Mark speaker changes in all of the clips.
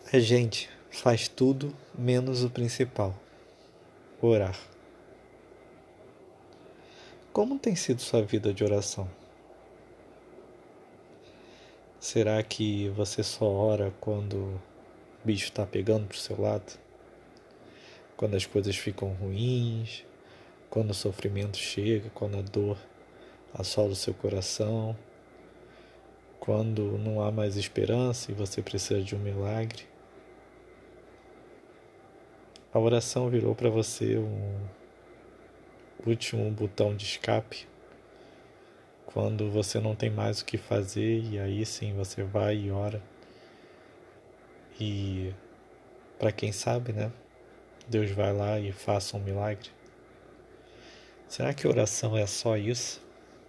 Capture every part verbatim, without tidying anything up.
Speaker 1: A gente faz tudo menos o principal: orar. Como tem sido sua vida de oração? Será que você só ora quando o bicho está pegando pro seu lado? Quando as coisas ficam ruins? Quando o sofrimento chega? Quando a dor assola o seu coração? Quando não há mais esperança e você precisa de um milagre? A oração virou para você um último botão de escape quando você não tem mais o que fazer, e aí sim você vai e ora. E para quem sabe, né? Deus vai lá e faça um milagre. Será que oração é só isso?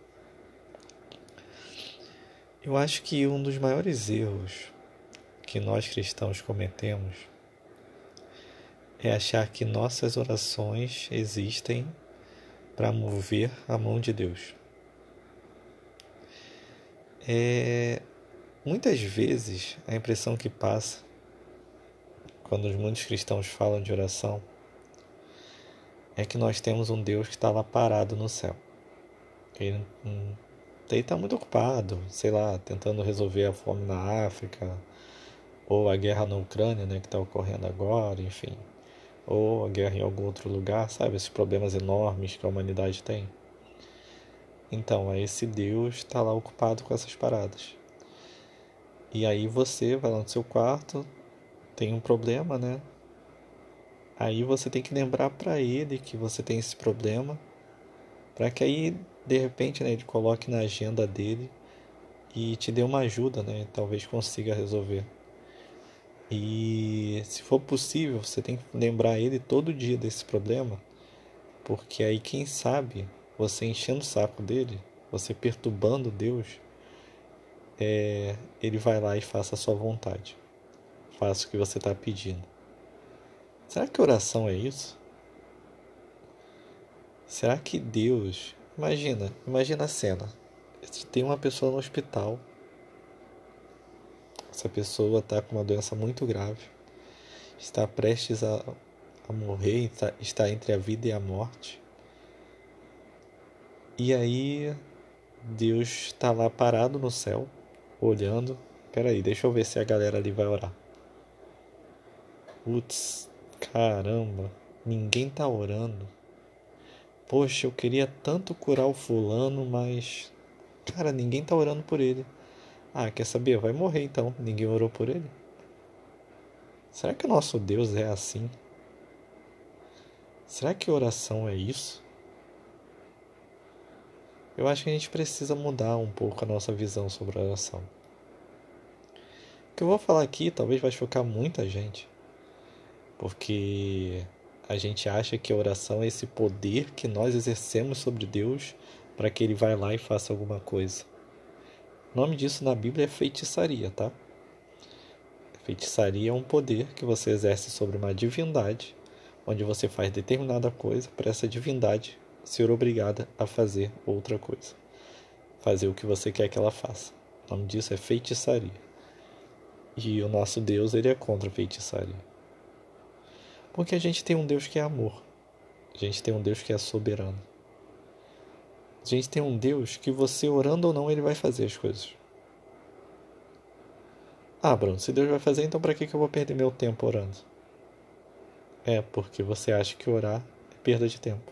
Speaker 1: Eu acho que um dos maiores erros que nós cristãos cometemos é achar que nossas orações existem para mover a mão de Deus. É, muitas vezes a impressão que passa quando muitos cristãos falam de oração é que nós temos um Deus que está lá parado no céu. Ele hum, está muito ocupado, sei lá, tentando resolver a fome na África, ou a guerra na Ucrânia, né, que está ocorrendo agora, enfim, ou a guerra em algum outro lugar, sabe, esses problemas enormes que a humanidade tem. Então, esse Deus está lá ocupado com essas paradas. E aí você vai lá no seu quarto, tem um problema, né? Aí você tem que lembrar para ele que você tem esse problema, para que aí, de repente, né, ele coloque na agenda dele e te dê uma ajuda, né? Talvez consiga resolver. E se for possível, você tem que lembrar ele todo dia desse problema, porque aí, quem sabe, você enchendo o saco dele, você perturbando Deus, é, ele vai lá e faça a sua vontade. Faça o que você está pedindo. Será que oração é isso? Será que Deus... Imagina, imagina a cena. Tem uma pessoa no hospital. Essa pessoa está com uma doença muito grave. Está prestes a, a morrer, está, está entre a vida e a morte. E aí Deus está lá parado no céu, olhando. Peraí, deixa eu ver se a galera ali vai orar. Putz, caramba, ninguém tá orando. Poxa, eu queria tanto curar o fulano, mas... Cara, ninguém tá orando por ele. Ah, quer saber? Vai morrer então. Ninguém orou por ele. Será que o nosso Deus é assim? Será que oração é isso? Eu acho que a gente precisa mudar um pouco a nossa visão sobre a oração. O que eu vou falar aqui talvez vai chocar muita gente, porque a gente acha que a oração é esse poder que nós exercemos sobre Deus para que Ele vá lá e faça alguma coisa. O nome disso na Bíblia é feitiçaria, tá? Feitiçaria é um poder que você exerce sobre uma divindade, onde você faz determinada coisa para essa divindade ser obrigada a fazer outra coisa. Fazer o que você quer que ela faça. O nome disso é feitiçaria. E o nosso Deus, ele é contra a feitiçaria. Porque a gente tem um Deus que é amor. A gente tem um Deus que é soberano. A gente tem um Deus que você orando ou não, ele vai fazer as coisas. Ah, Bruno, se Deus vai fazer, então para que eu vou perder meu tempo orando? É porque você acha que orar é perda de tempo.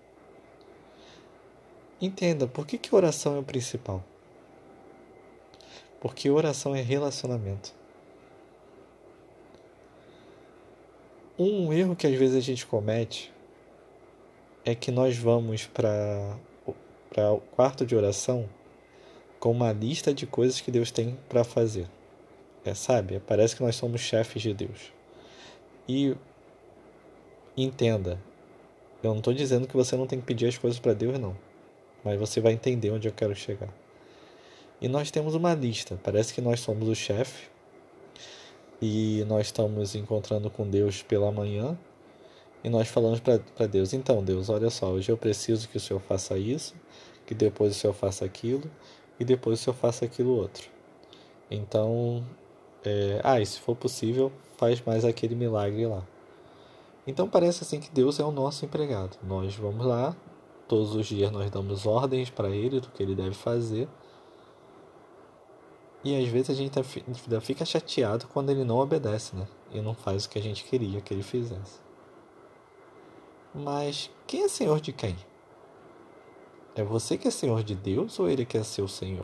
Speaker 1: Entenda, por que, que oração é o principal? Porque oração é relacionamento. Um erro que às vezes a gente comete é que nós vamos para para o quarto de oração com uma lista de coisas que Deus tem para fazer. É, sabe? Parece que nós somos chefes de Deus. E entenda, eu não estou dizendo que você não tem que pedir as coisas para Deus, não. Mas você vai entender onde eu quero chegar. E nós temos uma lista. Parece que nós somos o chefe e nós estamos encontrando com Deus pela manhã e nós falamos para Deus: então, Deus, olha só, hoje eu preciso que o Senhor faça isso, que depois o Senhor faça aquilo e depois o Senhor faça aquilo outro. Então, É, ah, e se for possível, faz mais aquele milagre lá. Então parece assim que Deus é o nosso empregado. Nós vamos lá, todos os dias nós damos ordens para Ele do que Ele deve fazer. E às vezes a gente ainda fica chateado quando Ele não obedece, né? E não faz o que a gente queria que Ele fizesse. Mas quem é senhor de quem? É você que é senhor de Deus ou Ele que é seu senhor?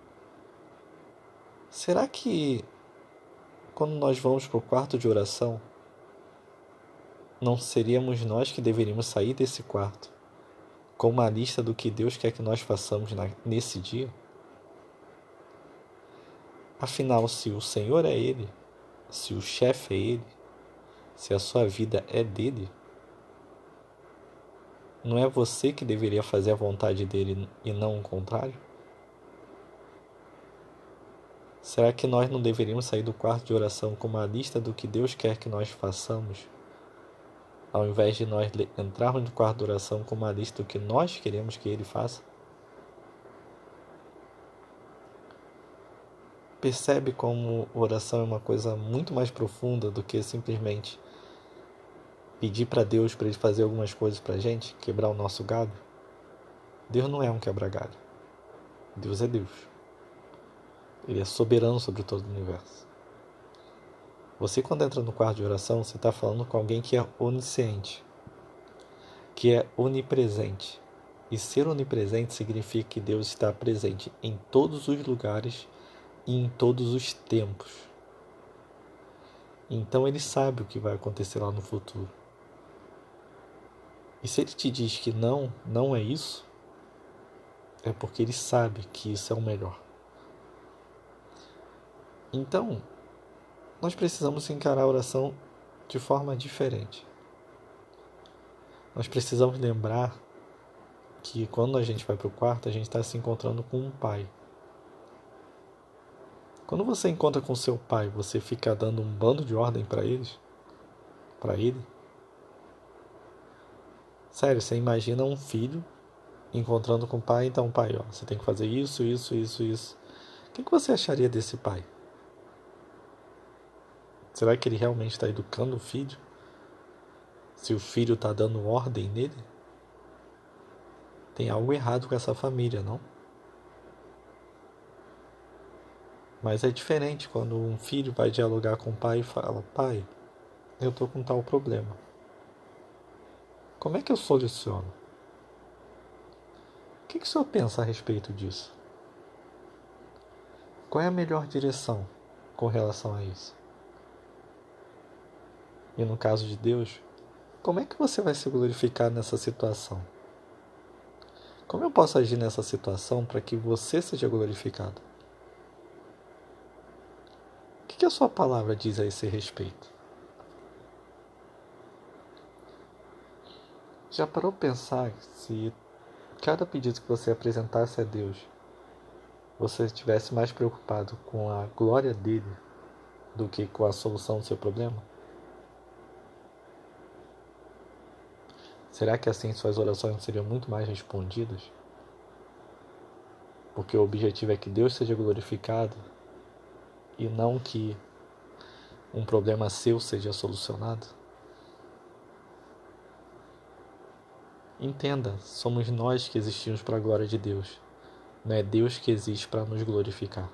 Speaker 1: Será que quando nós vamos para o quarto de oração, não seríamos nós que deveríamos sair desse quarto com uma lista do que Deus quer que nós façamos nesse dia? Afinal, se o Senhor é Ele, se o chefe é Ele, se a sua vida é dele, não é você que deveria fazer a vontade dele e não o contrário? Será que nós não deveríamos sair do quarto de oração com uma lista do que Deus quer que nós façamos, ao invés de nós entrarmos no quarto de oração com uma lista do que nós queremos que Ele faça? Percebe como oração é uma coisa muito mais profunda do que simplesmente pedir para Deus para Ele fazer algumas coisas para a gente, quebrar o nosso galho? Deus não é um quebra-galho. Deus é Deus. Ele é soberano sobre todo o universo. Você, quando entra no quarto de oração, você está falando com alguém que é onisciente, que é onipresente. E ser onipresente significa que Deus está presente em todos os lugares e em todos os tempos. Então Ele sabe o que vai acontecer lá no futuro. E se Ele te diz que não, não é isso, é porque Ele sabe que isso é o melhor. Então, nós precisamos encarar a oração de forma diferente. Nós precisamos lembrar que quando a gente vai para o quarto, a gente está se encontrando com um pai. Quando você encontra com seu pai, você fica dando um bando de ordem para eles? Para ele? Sério, você imagina um filho encontrando com o pai, então pai, ó, você tem que fazer isso, isso, isso, isso. O que você acharia desse pai? Será que ele realmente está educando o filho? Se o filho está dando ordem nele? Tem algo errado com essa família, não? Mas é diferente quando um filho vai dialogar com o pai e fala: pai, eu estou com tal problema. Como é que eu soluciono? O que, que o senhor pensa a respeito disso? Qual é a melhor direção com relação a isso? E no caso de Deus, como é que você vai se glorificar nessa situação? Como eu posso agir nessa situação para que você seja glorificado? O que a sua palavra diz a esse respeito? Já parou para pensar se cada pedido que você apresentasse a Deus, você estivesse mais preocupado com a glória dele do que com a solução do seu problema? Será que assim suas orações seriam muito mais respondidas? Porque o objetivo é que Deus seja glorificado e não que um problema seu seja solucionado? Entenda, somos nós que existimos para a glória de Deus. Não é Deus que existe para nos glorificar.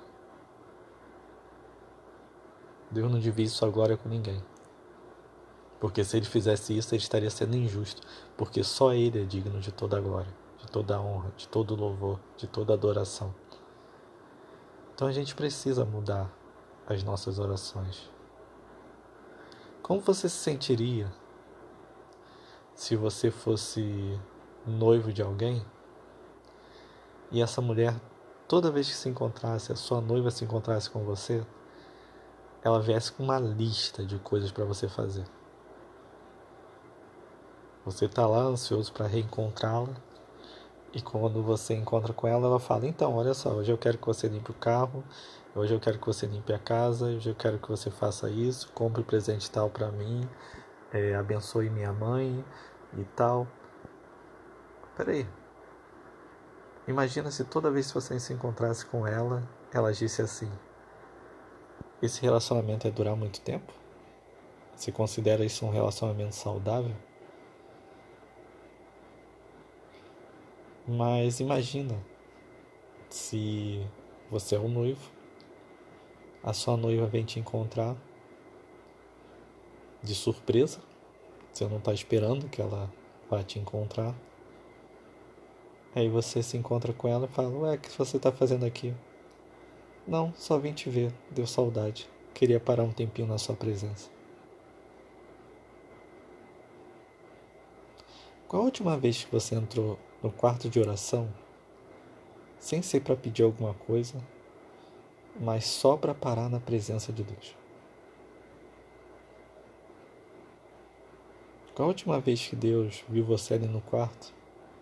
Speaker 1: Deus não divide sua glória com ninguém. Porque se Ele fizesse isso, Ele estaria sendo injusto. Porque só Ele é digno de toda a glória, de toda a honra, de todo o louvor, de toda a adoração. Então a gente precisa mudar as nossas orações. Como você se sentiria se você fosse noivo de alguém e essa mulher, toda vez que se encontrasse, a sua noiva se encontrasse com você, ela viesse com uma lista de coisas para você fazer? Você está lá ansioso para reencontrá-la e quando você encontra com ela, ela fala: então, olha só, hoje eu quero que você limpe o carro, hoje eu quero que você limpe a casa, hoje eu quero que você faça isso, compre presente tal para mim, é, abençoe minha mãe e tal. Peraí. Imagina se toda vez que você se encontrasse com ela, ela disse assim: esse relacionamento ia durar muito tempo? Você considera isso um relacionamento saudável? Mas imagina se você é o noivo, a sua noiva vem te encontrar de surpresa, você não está esperando que ela vá te encontrar. Aí você se encontra com ela e fala: ué, o que você está fazendo aqui? Não, só vim te ver, deu saudade. Queria parar um tempinho na sua presença. Qual a última vez que você entrou no quarto de oração, sem ser para pedir alguma coisa, mas só para parar na presença de Deus? Qual a última vez que Deus viu você ali no quarto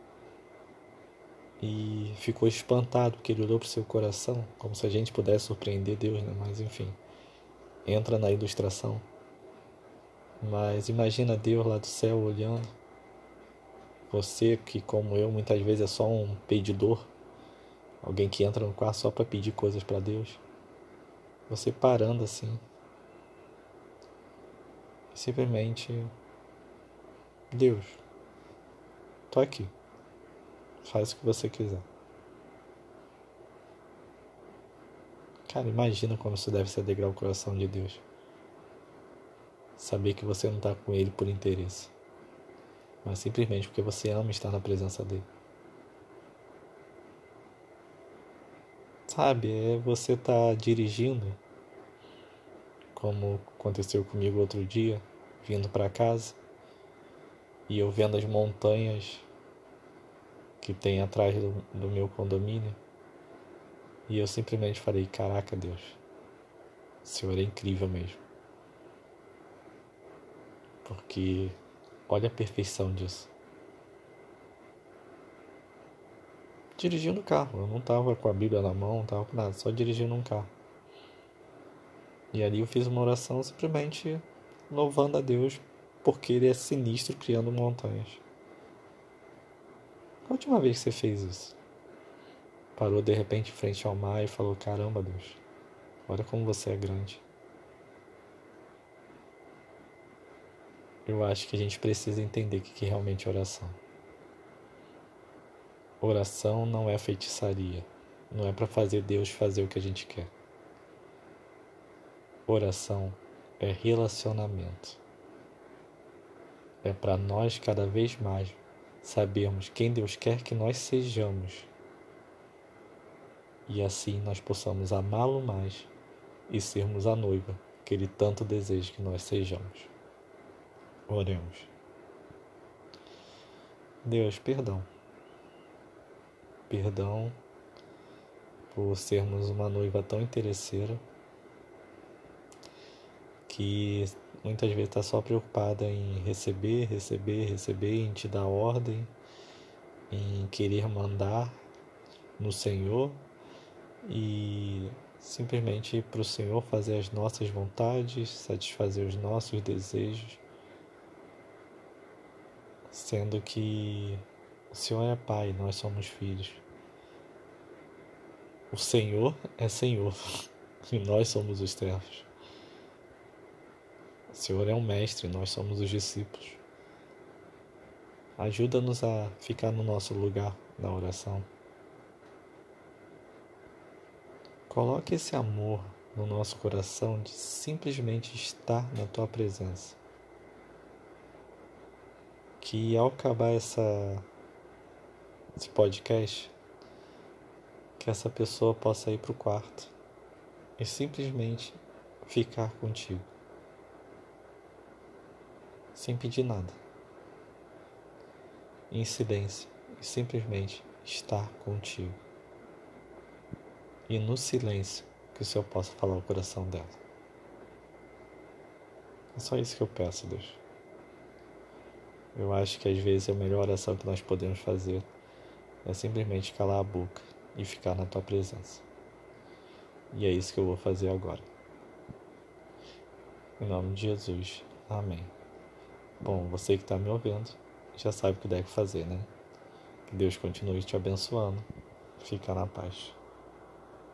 Speaker 1: e ficou espantado porque Ele olhou para o seu coração, como se a gente pudesse surpreender Deus, né? Mas enfim, entra na ilustração. Mas imagina Deus lá do céu olhando, você que, como eu, muitas vezes é só um pedidor, alguém que entra no quarto só para pedir coisas para Deus. Você parando assim, simplesmente: Deus, tô aqui, faz o que você quiser. Cara, imagina como isso deve se alegrar o coração de Deus. Saber que você não está com Ele por interesse, mas simplesmente porque você ama estar na presença dele. Sabe, é você tá dirigindo, como aconteceu comigo outro dia, vindo para casa, e eu vendo as montanhas que tem atrás do, do meu condomínio, e eu simplesmente falei: caraca, Deus, o Senhor é incrível mesmo. Porque olha a perfeição disso. Dirigindo o carro, eu não tava com a Bíblia na mão, não tava com nada, só dirigindo um carro. E ali eu fiz uma oração simplesmente louvando a Deus porque Ele é sinistro criando montanhas. Qual a última vez que você fez isso? Parou de repente em frente ao mar e falou: caramba, Deus, olha como você é grande. Eu acho que a gente precisa entender o que é realmente oração. Oração não é feitiçaria. Não é para fazer Deus fazer o que a gente quer. Oração é relacionamento. É para nós cada vez mais sabermos quem Deus quer que nós sejamos. E assim nós possamos amá-lo mais e sermos a noiva que Ele tanto deseja que nós sejamos. Oremos. Deus, perdão. Perdão por sermos uma noiva tão interesseira que muitas vezes está só preocupada em receber, receber, receber, em te dar ordem, em querer mandar no Senhor e simplesmente para o Senhor fazer as nossas vontades, satisfazer os nossos desejos, sendo que o Senhor é Pai, nós somos filhos. O Senhor é Senhor e nós somos os servos. O Senhor é um mestre, nós somos os discípulos. Ajuda-nos a ficar no nosso lugar na oração. Coloque esse amor no nosso coração de simplesmente estar na Tua presença. Que ao acabar essa, esse podcast, que essa pessoa possa ir para o quarto e simplesmente ficar contigo. Sem pedir nada. Em silêncio e simplesmente estar contigo. E no silêncio que o Senhor possa falar o coração dela. É só isso que eu peço, Deus. Eu acho que às vezes a melhor oração que nós podemos fazer é simplesmente calar a boca e ficar na Tua presença. E é isso que eu vou fazer agora. Em nome de Jesus. Amém. Bom, você que está me ouvindo já sabe o que deve fazer, né? Que Deus continue te abençoando. Fica na paz.